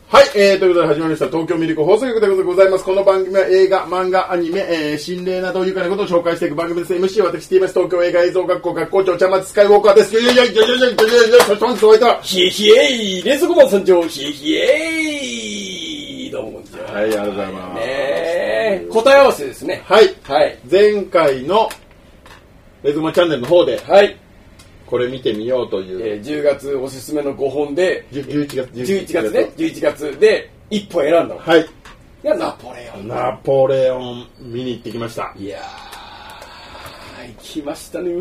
はい、ということで始まりました東京ミルク放送局でございます。この番組は映画、漫画、アニメ、心霊など愉快なことを紹介していく番組です。MC は私 TBS 東京映画映像学校学校長茶松スカイウォーカーです。そういった。 ひえひえ冷蔵庫マン参上。ひえひえどうもこんにちは。 はい、ありがとうございます。 答え合わせですね。 はい。はい。前回のレズマチャンネルの方で。はい。これ見てみようという、 10月おすすめの5本で 11月ね、11月で1本選んだの。 はい。 いや、ナポレオン見に行ってきました。 いやー、行きましたね。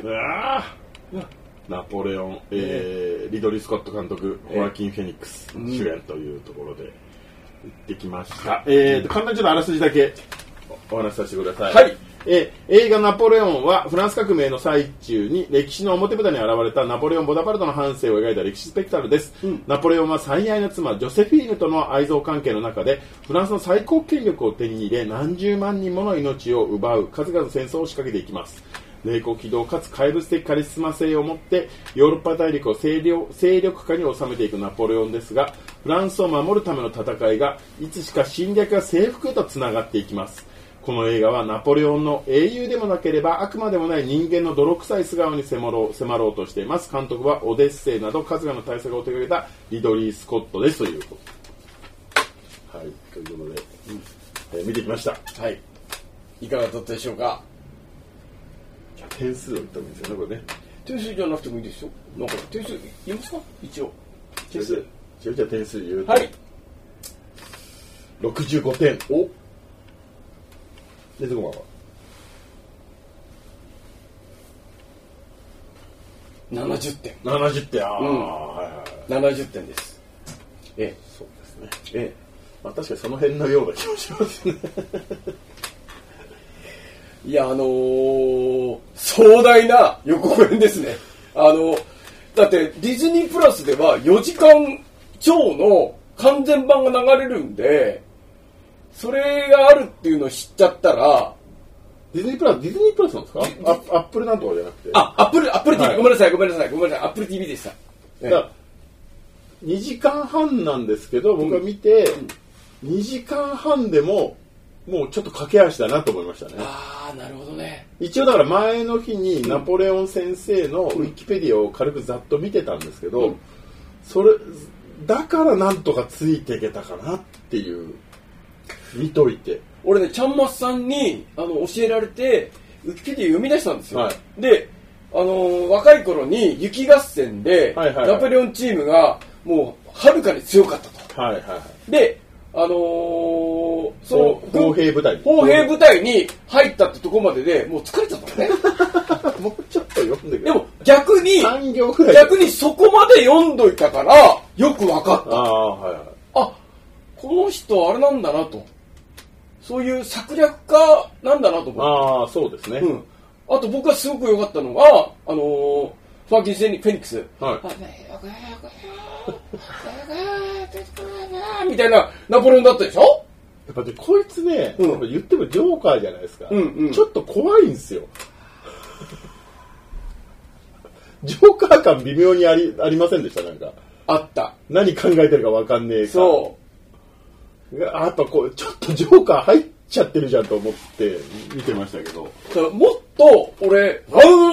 ナポレオン、リドリー・スコット監督、ホアキン・フェニックス主演というところで行ってきました。簡単にちょっとあらすじだけお話しさせてください。はい。映画ナポレオンはフランス革命の最中に歴史の表舞台に現れたナポレオン・ボナパルトの半生を描いた歴史スペクタルです。ナポレオンは最愛の妻ジョセフィーヌとの愛憎関係の中でフランスの最高権力を手に入れ何十万人もの命を奪う数々の戦争を仕掛けていきます。冷酷非道かつ怪物的カリスマ性を持ってヨーロッパ大陸を勢力下に収めていくナポレオンですが、フランスを守るための戦いがいつしか侵略や征服へとつながっていきます。この映画はナポレオンの英雄でもなければ悪魔でもない人間の泥臭い素顔に迫ろうとしています。監督はオデッセイなど数々の大作を手掛けたリドリー・スコットですということ。はい、ということで、見てきました。 はい。いかがだったでしょうか。 じゃあ点数を言ったらいいんですよね、これね。 点数じゃなくてもいいですよ。なんか点数言いますか一応。 点数。じゃあ点数言うと。 はい。 65点。おでどこまで70点。 70点。 はいはい。70点です。 そうですね。まあ確かにその辺のような気もしますね。 いや壮大な予告編ですね。だってディズニープラスでは4時間超の完全版が流れるんで、それがあるっていうのを知っちゃったら、 ディズニープラスなんですか？アップルなんとかじゃなくて。 アップル TV、はい、ごめんなさい、アップル TV でした。 だから2時間半なんですけど、僕が見て、2時間半でももうちょっと駆け足だなと思いましたね。 ああ、なるほどね。 一応だから前の日にナポレオン先生のウィキペディアを軽くざっと見てたんですけど、それだからなんとかついていけたかなっていう。見といて、 俺ね、ちゃんまつさんに教えられてウィキペディア読み出したんですよ。はい、で、若い頃に雪合戦で、ナポレオンチームがもうはるかに強かったと。はいはいはい、で、その砲兵部隊に入ったってとこまででもう疲れちゃったのね。 もうちょっと読んでくれ。 でも逆にそこまで読んどいたからよく分かった。この人あれなんだなと、そういう策略家なんだなと思って。 そうですね。 あと僕がすごく良かったのがファーキン・フェニックス、みたいなナポレオンだったでしょ。 やっぱね、こいつね、言ってもジョーカーじゃないですか。ちょっと怖いんですよ。ジョーカー感微妙にありませんでした？なんかあった。 何考えてるか分かんねえか。 そう。 あとちょっとジョーカー入っちゃってるじゃんと思って見てましたけど、 もっと俺ガオ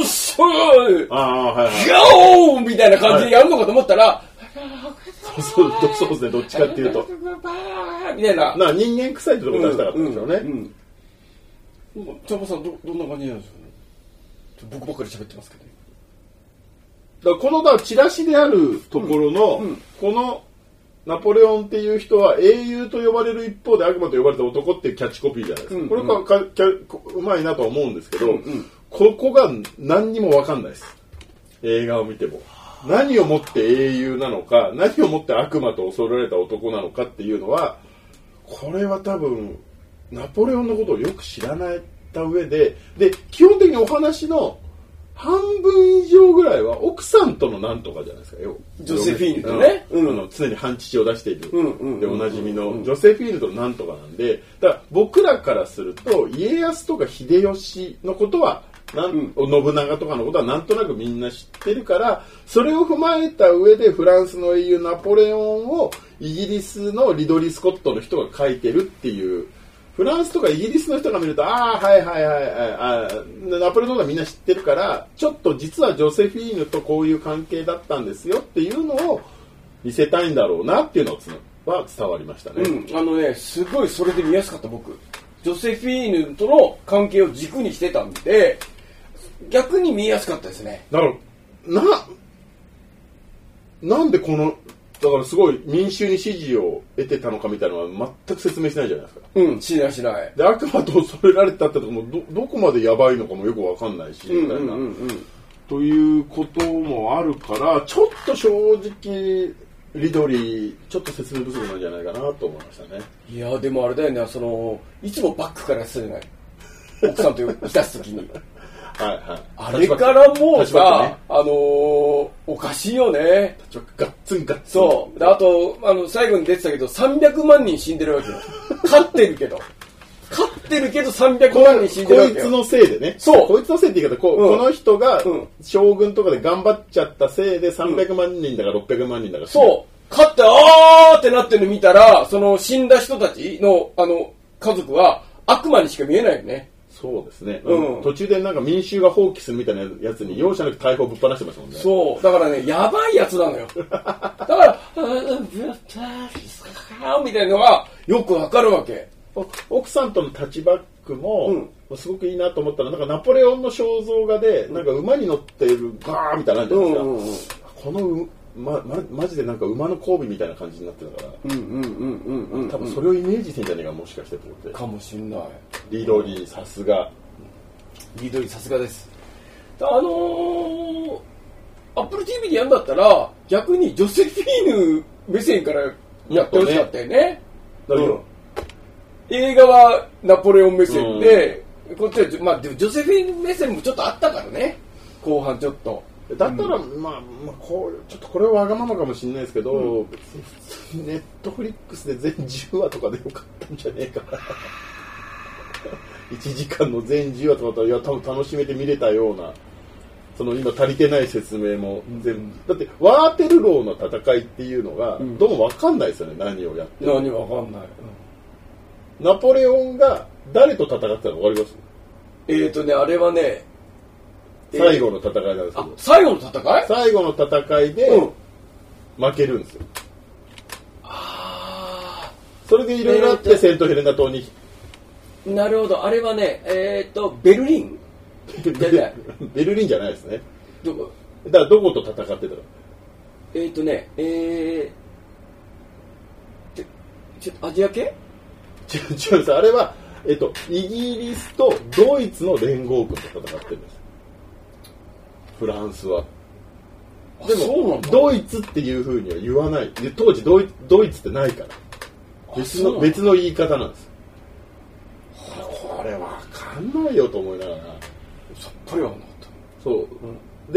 ーみたいな感じでやるのかと思ったら、 そうですね、どっちかっていうとみたいな人間臭いところ出したかったんですよね。 ちゃんまさんどんな感じなんですかね。僕ばっかり喋ってますけど、だからこのチラシであるところの、このナポレオンっていう人は英雄と呼ばれる一方で悪魔と呼ばれた男っていうキャッチコピーじゃないですか。これうまいなとは思うんですけど、ここが何にも分かんないです。映画を見ても何をもって英雄なのか、何をもって悪魔と恐れられた男なのかっていうのは、これは多分ナポレオンのことをよく知らないた上で、基本的にお話の半分以上ぐらいは奥さんとのなんとかじゃないですか。 ジョセフィーヌとね、 常に半乳を出しているでおなじみのジョセフィーヌとのなんとかなんで、だから僕らからすると家康とか秀吉のことは信長とかのことはなんとなくみんな知ってるから、それを踏まえた上でフランスの英雄ナポレオンをイギリスのリドリー・スコットの人が書いてるっていう、フランスとかイギリスの人が見ると、はいはいはい、ナポレオンがみんな知ってるから、ちょっと実はジョセフィーヌとこういう関係だったんですよっていうのを見せたいんだろうなっていうのは伝わりましたね。 すごいそれで見やすかった。僕ジョセフィーヌとの関係を軸にしてたんで逆に見やすかったですね。 だからなんでこのだからすごい民衆に支持を得てたのかみたいなのは全く説明しないじゃないですか。 しないで悪魔と恐れられたってとこも どこまでやばいのかもよくわかんないし、みたいなということもあるからちょっと正直リドリーちょっと説明不足なんじゃないかなと思いましたね。 いやでもあれだよね、いつもバックからするない奥さんといたすときにはいはい、 あれからもうさ、おかしいよね。 ガッツンガッツン。 そうであと最後に出てたけど300万人死んでるわけよ。勝ってるけど300万人死んでるわけよ。 こいつのせいでね。 そうこいつのせいって言い方、この人が将軍とかで頑張っちゃったせいで300万人だか600万人だか、 そう勝ってあーってなってるの見たら、その死んだ人たちの家族は悪魔にしか見えないよね。 そうですね、途中でなんか民衆が放棄するみたいなやつに容赦なく大砲ぶっ放してましたもんね。 そうだからね、やばいやつなのよ。だからみたいなのがよくわかるわけ。 奥さんとのタッチバックも、すごくいいなと思ったら、なんかナポレオンの肖像画でなんか馬に乗っているガーみたいなのじゃないですか。このマジでなんか馬の交尾みたいな感じになってたから、多分それをイメージしてんじゃねえか、もしかしてと思って。 かもしんない。 リドリーさすが。 リドリーさすがです。Apple TV でやんだったら逆にジョセフィーヌ目線からやってほしかったよね。映画はナポレオン目線で、こっちはでもジョセフィーヌ目線もちょっとあったからね、後半ちょっと。 だったら、ちょっとこれはわがままかもしれないですけど、別にネットフリックスで全10話とかでよかったんじゃねえかな。1時間の全10話とかだったら、いや、多分楽しめて見れたような、その今足りてない説明も全部、だってワーテルローの戦いっていうのが、どうもわかんないですよね、何をやってるのか。 何わかんない。 ナポレオンが誰と戦ってたの分かります？ あれはね、 最後の戦いなんですけど。 最後の戦い？ 最後の戦いで負けるんですよ。それでいろいろあってセントヘレナ島に。 なるほど、あれはね、ベルリンベルリンじゃないですね。 どこ？ だからどこと戦ってたの？ アジア系？ 違うんです。あれは、イギリスとドイツの連合軍と戦ってるんです。フランスは。でもドイツっていう風には言わない。で当時ドイツってないから別の言い方なんです。これわかんないよと思いながら。 さっぱりはなかった。 そう。で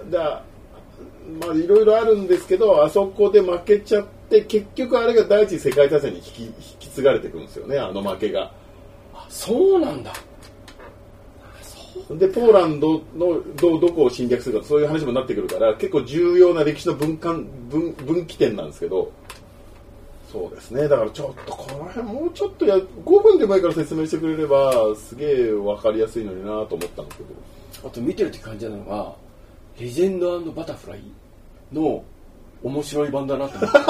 いろいろあるんですけど、あそこで負けちゃって結局あれが第一次世界大戦に引き継がれていくんですよね、あの負けが。 そうなんだ。 でポーランドのどこを侵略するか、そういう話もなってくるから、結構重要な歴史の分岐点なんですけど、そうですね。だからちょっとこの辺もうちょっと5分でもいいから説明してくれればすげえ分かりやすいのになと思ったんですけど。 あと見てるって感じなのがレジェンド&バタフライの面白い版だなと思って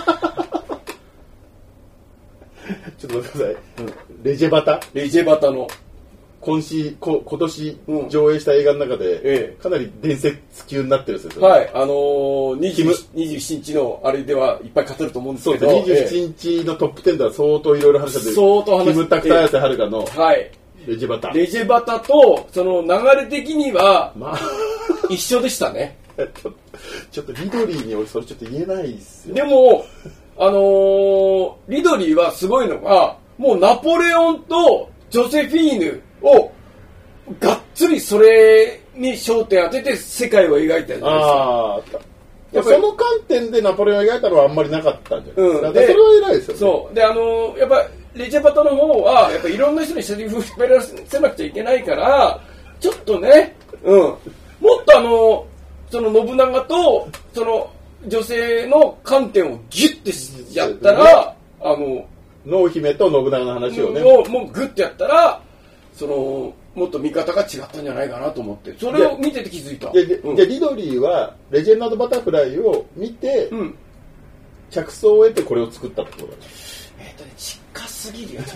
ちょっと待ってください、レジェバタの今年上映した映画の中で、かなり伝説級になってるんですよ。 はい、27日のあれではいっぱい語ると思うんですけど、 そうですね、27日のトップ10では相当いろいろ話してる。キムタクと綾瀬はるかのレジェバタとその流れ的には、一緒でしたね。 ちょっとリドリーに俺それちょっと言えないっすよ。 でもリドリーはすごいのが、もうナポレオンとジョセフィーヌをがっつりそれに焦点当てて世界を描いたじゃないですか。 その観点でナポレオンを描いたのはあんまりなかったんじゃないですか。それは偉いですよね。 そうで、やっぱレジェバタの方はやっぱいろんな人にセリフを喋らせなくちゃいけないから、 ちょっとね、もっとその信長とその女性の観点をギュッてやったら、 濃姫と信長の話をね、 もうグッてやったら、もっと見方が違ったんじゃないかなと思って、それを見てて気づいた。 じゃあリドリーはレジェンド&バタフライを見て、着想を得てこれを作ったってことだね。 近すぎるよ。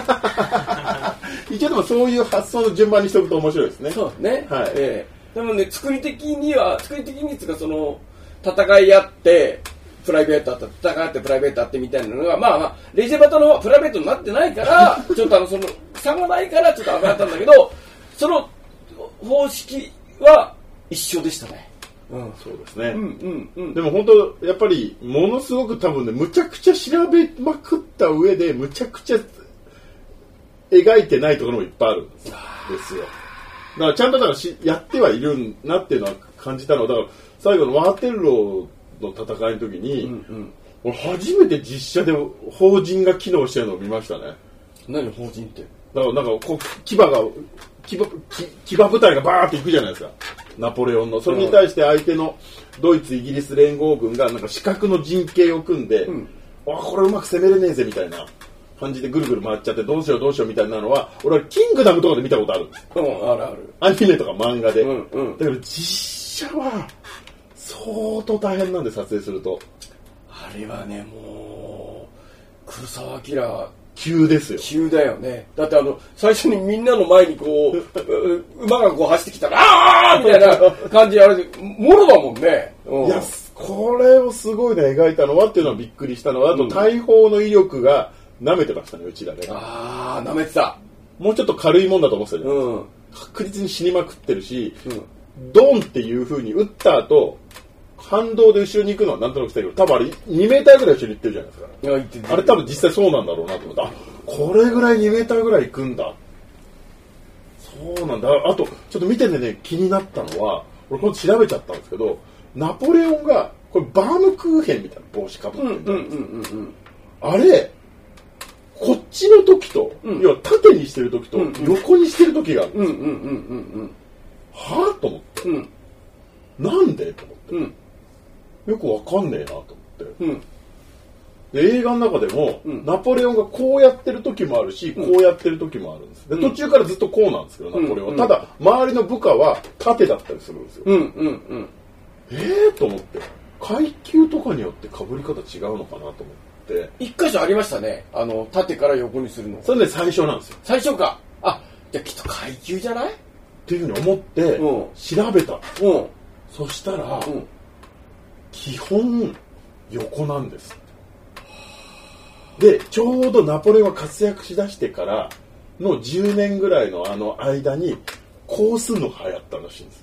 一応でもそういう発想の順番にしておくと面白いですね。 そうね。 はい。 でもね、作り的につか戦い合ってプライベートあって戦い合ってプライベートあってみたいなのがまあレジェバタの方はプライベートになってないからちょっとその差がないからちょっと上がったんだけど、その方式は一緒でしたね。 そうですね。でも本当やっぱりものすごく多分ね、むちゃくちゃ調べまくった上でむちゃくちゃ描いてないところもいっぱいあるんですよ。だからちゃんとやってはいるなっていうのは感じたのは、だから最後のワーテルローの戦いの時に、俺初めて実写で法陣が機能してるのを見ましたね。 何法陣って？ だからこう騎馬部隊がバーって行くじゃないですか。ナポレオンのそれに対して相手のドイツイギリス連合軍が四角の陣形を組んで、これうまく攻めれねえぜみたいな感じでぐるぐる回っちゃってどうしようみたいなのは俺はキングダムとかで見たことあるんです。 あるある。 アニメとか漫画で。だから実写は相当大変なんで撮影すると。 あれはねもう黒澤明急ですよ。 急だよね。だって最初にみんなの前にこう馬がこう走ってきたらあーみたいな感じであれでもろだもんね。 いやこれをすごいね描いたのはっていうのはびっくりしたのは、あと大砲の威力が舐めてましたね、うちらね。 舐めてた。 もうちょっと軽いもんだと思ってたじゃないですか。確実に死にまくってるし、ドンっていう風に撃った後反動で後ろに行くのはなんとなくしたけど、多分あれ2メーターぐらい後ろに行ってるじゃないですか。あれ多分実際そうなんだろうなと思って、これぐらい2メーターぐらい行くんだ。そうなんだ。あとちょっと見ててね気になったのは、俺これ調べちゃったんですけど、ナポレオンがこれバームクーヘンみたいな帽子かぶってるじゃないですか。あれこっちの時と、要は縦にしてる時と横にしてる時があるんですよ。はぁと思って、なんでと思って、よくわかんねえなと思って、で映画の中でも、ナポレオンがこうやってる時もあるし、こうやってる時もあるんです。で途中からずっとこうなんですけど、ナポレオンはただ周りの部下は縦だったりするんですよ。と思って、階級とかによって被り方違うのかなと思って。 一箇所ありましたね。縦から横にするの。 それで最初なんですよ。 最初か。じゃあきっと階級じゃない？ っていうふうに思って調べた。そしたら、基本横なんです。でちょうどナポレオンが活躍しだしてからの10年ぐらいの間にこうするのが流行ったらしいんです。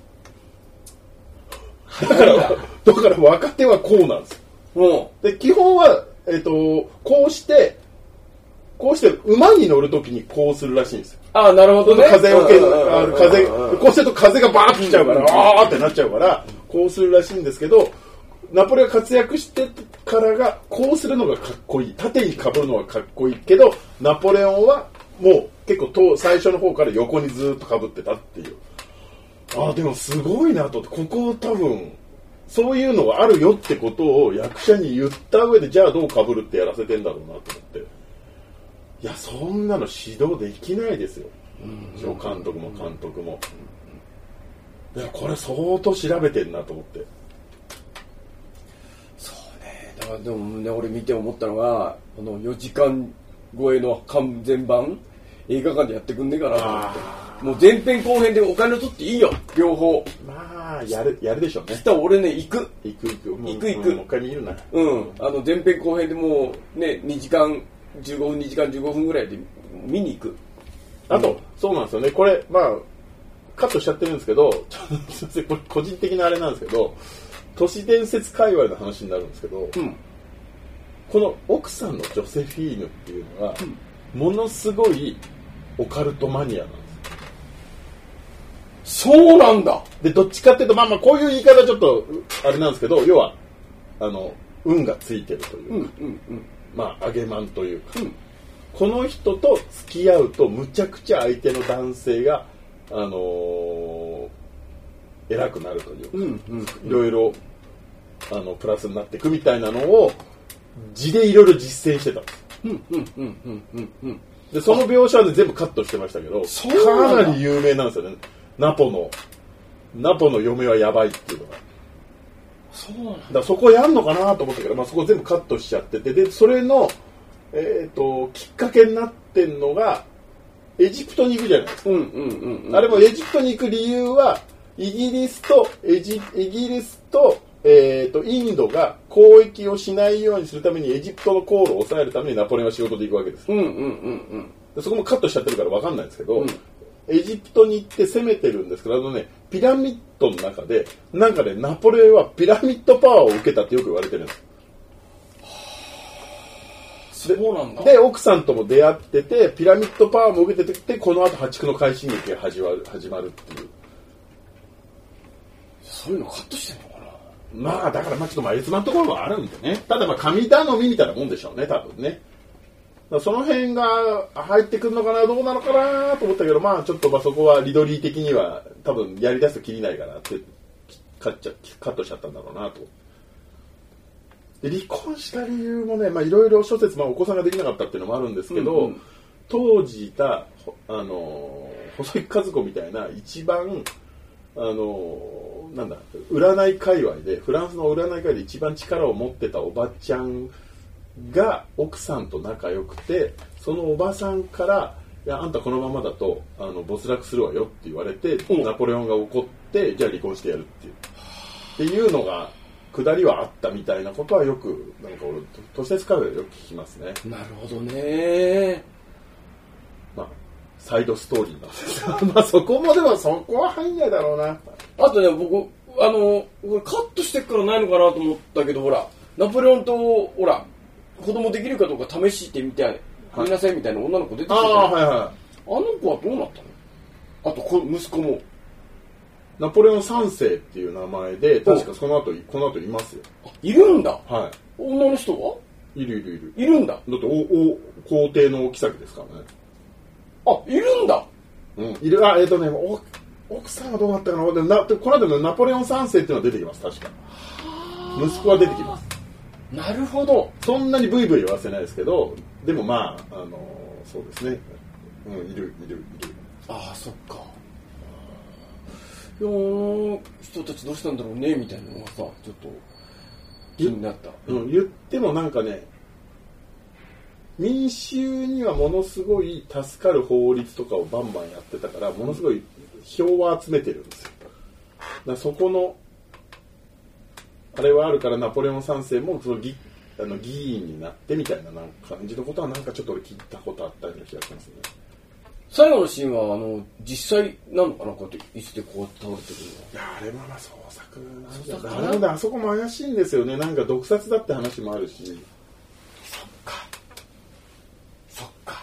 だから若手はこうなんですよ。で基本はこうして馬に乗るときにこうするらしいんですよ。 なるほどね。 風をこうすると風がバーッと来ちゃうからってなっちゃうからこうするらしいんですけど、ナポレオンが活躍してからがこうするのがかっこいい、縦に被るのがかっこいいけど、ナポレオンはもう結構最初の方から横にずっと被ってたっていう。でもすごいなと思って、ここ多分そういうのがあるよってことを役者に言った上で、じゃあどう被るってやらせてんだろうなと思って、いやそんなの指導できないですよ、助監督も監督も。いやこれ相当調べてんなと思って。 そうね。だからでもね、俺見て思ったのが4時間超えの完全版映画館でやってくんねえかなと思って。もう前編後編でお金を取っていいよ、両方。 やるでしょうね。 そしたら俺ね、行く。 もう一回見るな。 前編後編でもうね、2時間15分ぐらいで見に行く。 あと、そうなんですよね。これカットしちゃってるんですけど、すいません、これ個人的なあれなんですけど、都市伝説界隈の話になるんですけど、この奥さんのジョセフィーヌっていうのは、ものすごいオカルトマニアなんです。 そうなんだ。 でどっちかっていうとこういう言い方ちょっとあれなんですけど、要は運がついてるというか、上げマンというか、この人と付き合うとむちゃくちゃ相手の男性が偉くなるというか、いろいろプラスになっていくみたいなのを字でいろいろ実践してたんです。でその描写で全部カットしてましたけど、かなり有名なんですよね。ナポの嫁はやばいっていうのが。 そうなんだ。 だからそこやんのかなと思ったけど、そこ全部カットしちゃってて、でそれの、きっかけになってんのがエジプトに行くじゃないですか。あれもエジプトに行く理由はイギリスとインドが交易をしないようにするためにエジプトの航路を抑えるためにナポレオンは仕事で行くわけです。でそこもカットしちゃってるから分かんないんですけど、エジプトに行って攻めてるんですけど、ピラミッドの中でナポレオンはピラミッドパワーを受けたってよく言われてるんです。 そうなんだ。 で奥さんとも出会っててピラミッドパワーも受けてて、この後破竹の快進撃が始まるっていう。 そういうのカットしてるのかだな。 からちょっと眉唾なところはあるんでね。ただ神頼みみたいなもんでしょうね、多分ね。その辺が入ってくるのかな、どうなのかなと思ったけど、ちょっとそこはリドリー的には多分やりだすときりないかなってカットしちゃったんだろうなと。で離婚した理由もね、いろいろ諸説、お子さんができなかったっていうのもあるんですけど、当時いた細井和子みたいな一番占い界隈で、フランスの占い界隈で一番力を持ってたおばちゃんが奥さんと仲良くて、そのおばさんから「いやあんたこのままだと没落するわよ」って言われて、ナポレオンが怒ってじゃあ離婚してやるっていうのが下りはあったみたいなことはよく俺都市伝説会話でよく聞きますね。 なるほどね。 サイドストーリーなんですそこもでもそこは入んないだろうな。 あとね、僕カットしてっからないのかなと思ったけど、ほらナポレオンと子供できるかどうか試してみたい、見なさいみたいな女の子出てきて、あの子はどうなったの？あと息子もナポレオン3世っていう名前で、確かこの後いますよ。 いるんだ。 はい。 女の人はいるんだ。 だって皇帝の妃ですからね。 いるんだ。 いる。奥さんはどうなったかな。この後のナポレオン3世っていうのは出てきます。確か息子は出てきます。 なるほど。 そんなにブイブイ言わせないですけど、でもそうですね。いる。 そっか。人たちどうしたんだろうねみたいなのがさ、ちょっと気になった。 言っても民衆にはものすごい助かる法律とかをバンバンやってたから、ものすごい票は集めてるんですよ。そこのあれはあるから、ナポレオン3世もその議員になってみたいな感じのことはちょっと俺聞いたことあったような気がしますね。 最後のシーンは実際なのかな、こうやって椅子でこう倒れてるの。 いやあれは創作なんだ。あそこも怪しいんですよね。毒殺だって話もあるし。 そっか。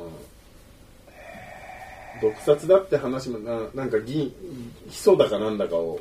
毒殺だって話もヒ素だかなんだかを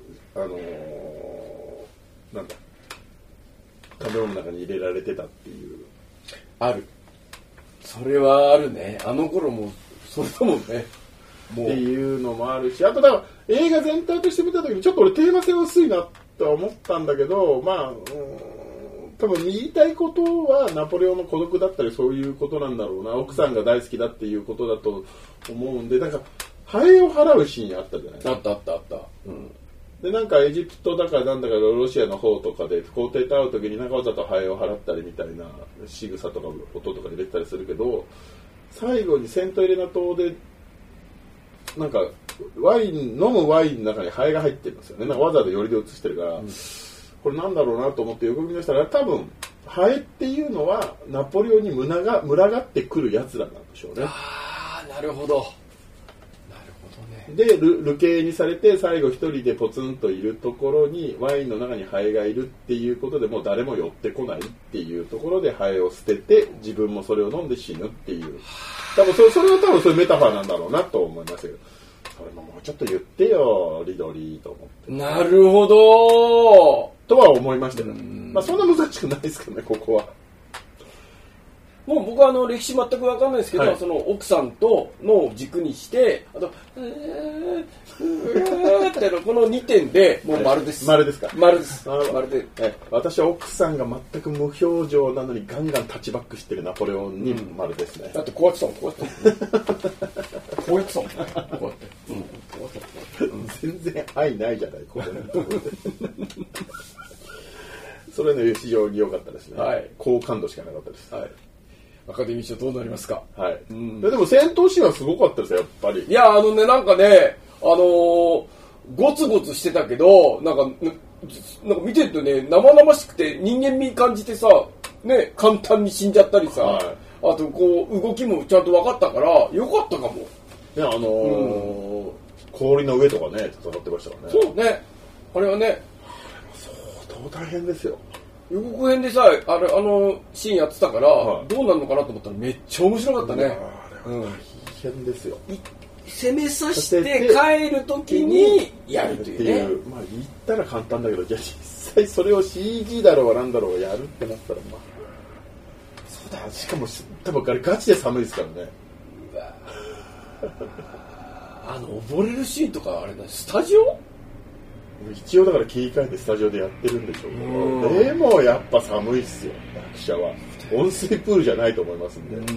食べ物の中に入れられてたっていう。 ある。それはあるね。あの頃もそれだもんね。 っていうのもあるし、あとだから映画全体として見た時にちょっと俺テーマ性薄いなとは思ったんだけど、多分言いたいことはナポレオンの孤独だったりそういうことなんだろうな。奥さんが大好きだっていうことだと思うんで、ハエを払うシーンあったじゃないですか。 あった。 でエジプトだかなんだかロシアの方とかで皇帝と会う時にわざとハエを払ったりみたいな仕草とか音とかで出てたりするけど、最後にセントエレナ島で飲むワインの中にハエが入ってるんですよね。わざと寄りで映してるから、これなんだろうなと思ってよく見ましたら、多分ハエっていうのはナポレオンに群がってくるやつらなんでしょうね。 なるほど。 で流刑にされて最後一人でポツンといるところにワインの中にハエがいるっていうことでもう誰も寄ってこないっていうところでハエを捨てて自分もそれを飲んで死ぬっていう、多分それは多分そういうメタファーなんだろうなと思いましたけど、それももうちょっと言ってよリドリーと思って。 なるほどとは思いましたけど、そんな難しくないですけどね、ここは。 もう僕は歴史全く分かんないですけど、 はいその奥さんとの軸にして、あと、ってこの2点でもう丸です。 丸ですか？ 丸です。丸で。 私は奥さんが全く無表情なのにガンガンタッチバックしてるナポレオンに丸ですね。 だってこうやってたもん、こうやってたもん。こうやってたもんね。こうやって。こうやって全然愛ないじゃない、これ。それね、非常に良かったですね。 はい。 好感度しかなかったです。 はい。アカデミー賞どうなりますか？ はい。でも戦闘シーンはすごかったですよ、やっぱり。 いや、なんかね、ゴツゴツしてたけど、なんか見てるとね、生々しくて人間味感じてさ、ね、簡単に死んじゃったりさ、はい、あとこう動きもちゃんと分かったからよかったかも。 いや、氷の上とかね戦ってましたからね。 そうね、あれはね相当大変ですよ。 予告編でさ、シーンやってたから、はい、どうなるのかなと思ったらめっちゃ面白かったね。 あれは大変ですよ。 攻めさせて帰るときにやるというね。 まあ言ったら簡単だけど、じゃあ実際それを CG だろうがなんだろうがやるってなったら、まあそうだ。しかも多分あれガチで寒いですからね。 溺れるシーンとかあれだ、スタジオ？ 一応だから切り替えてスタジオでやってるんでしょうけど、でもやっぱ寒いっすよ、役者は。温水プールじゃないと思いますんで。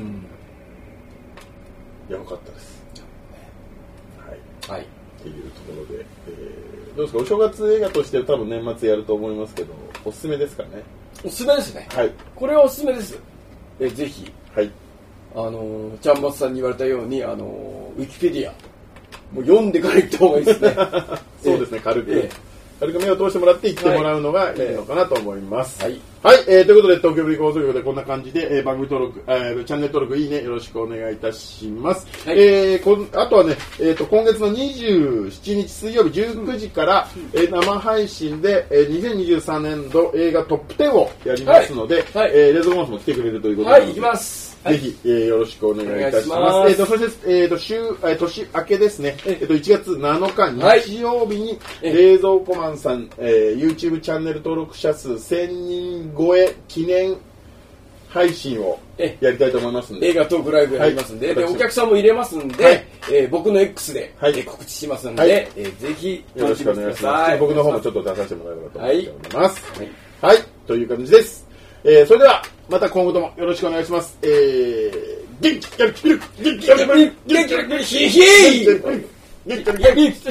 いや、よかったです。はい。っていうところで、どうですか、お正月映画として多分年末やると思いますけど、おすすめですかね？ おすすめですね。 はい。 これはおすすめです。ぜひ。 はい。 ちゃんまつさんに言われたように、ウィキペディア。もう読んでから行った方がいいですね。 そうですね、軽く目を通してもらって行ってもらうのがいいのかなと思います。 はい。 はい、ということで、東京ブリ放送局でこんな感じで、番組登録、チャンネル登録、いいね、よろしくお願いいたします。はい、あとはね、今月の27日水曜日19時から、生配信で、2023年度映画トップ10をやりますので、レッドモンスも来てくれるということで。 はい、行きます。 ぜひ、よろしくお願いいたします。そして、年明けですね、1月7日日曜日に、冷蔵庫マンさん、YouTube チャンネル登録者数1000人超え記念配信をやりたいと思いますので、 映画トークライブやりますんで、お客さんも入れますんで、僕の X で、告知しますんで、ぜひよろしくお願いします。僕の方もちょっと出させてもらえればと思っております。はい、という感じです。それではまた今後ともよろしくお願いします。元気やる元気やる元気やる元気やるヒーヒー元気やる元気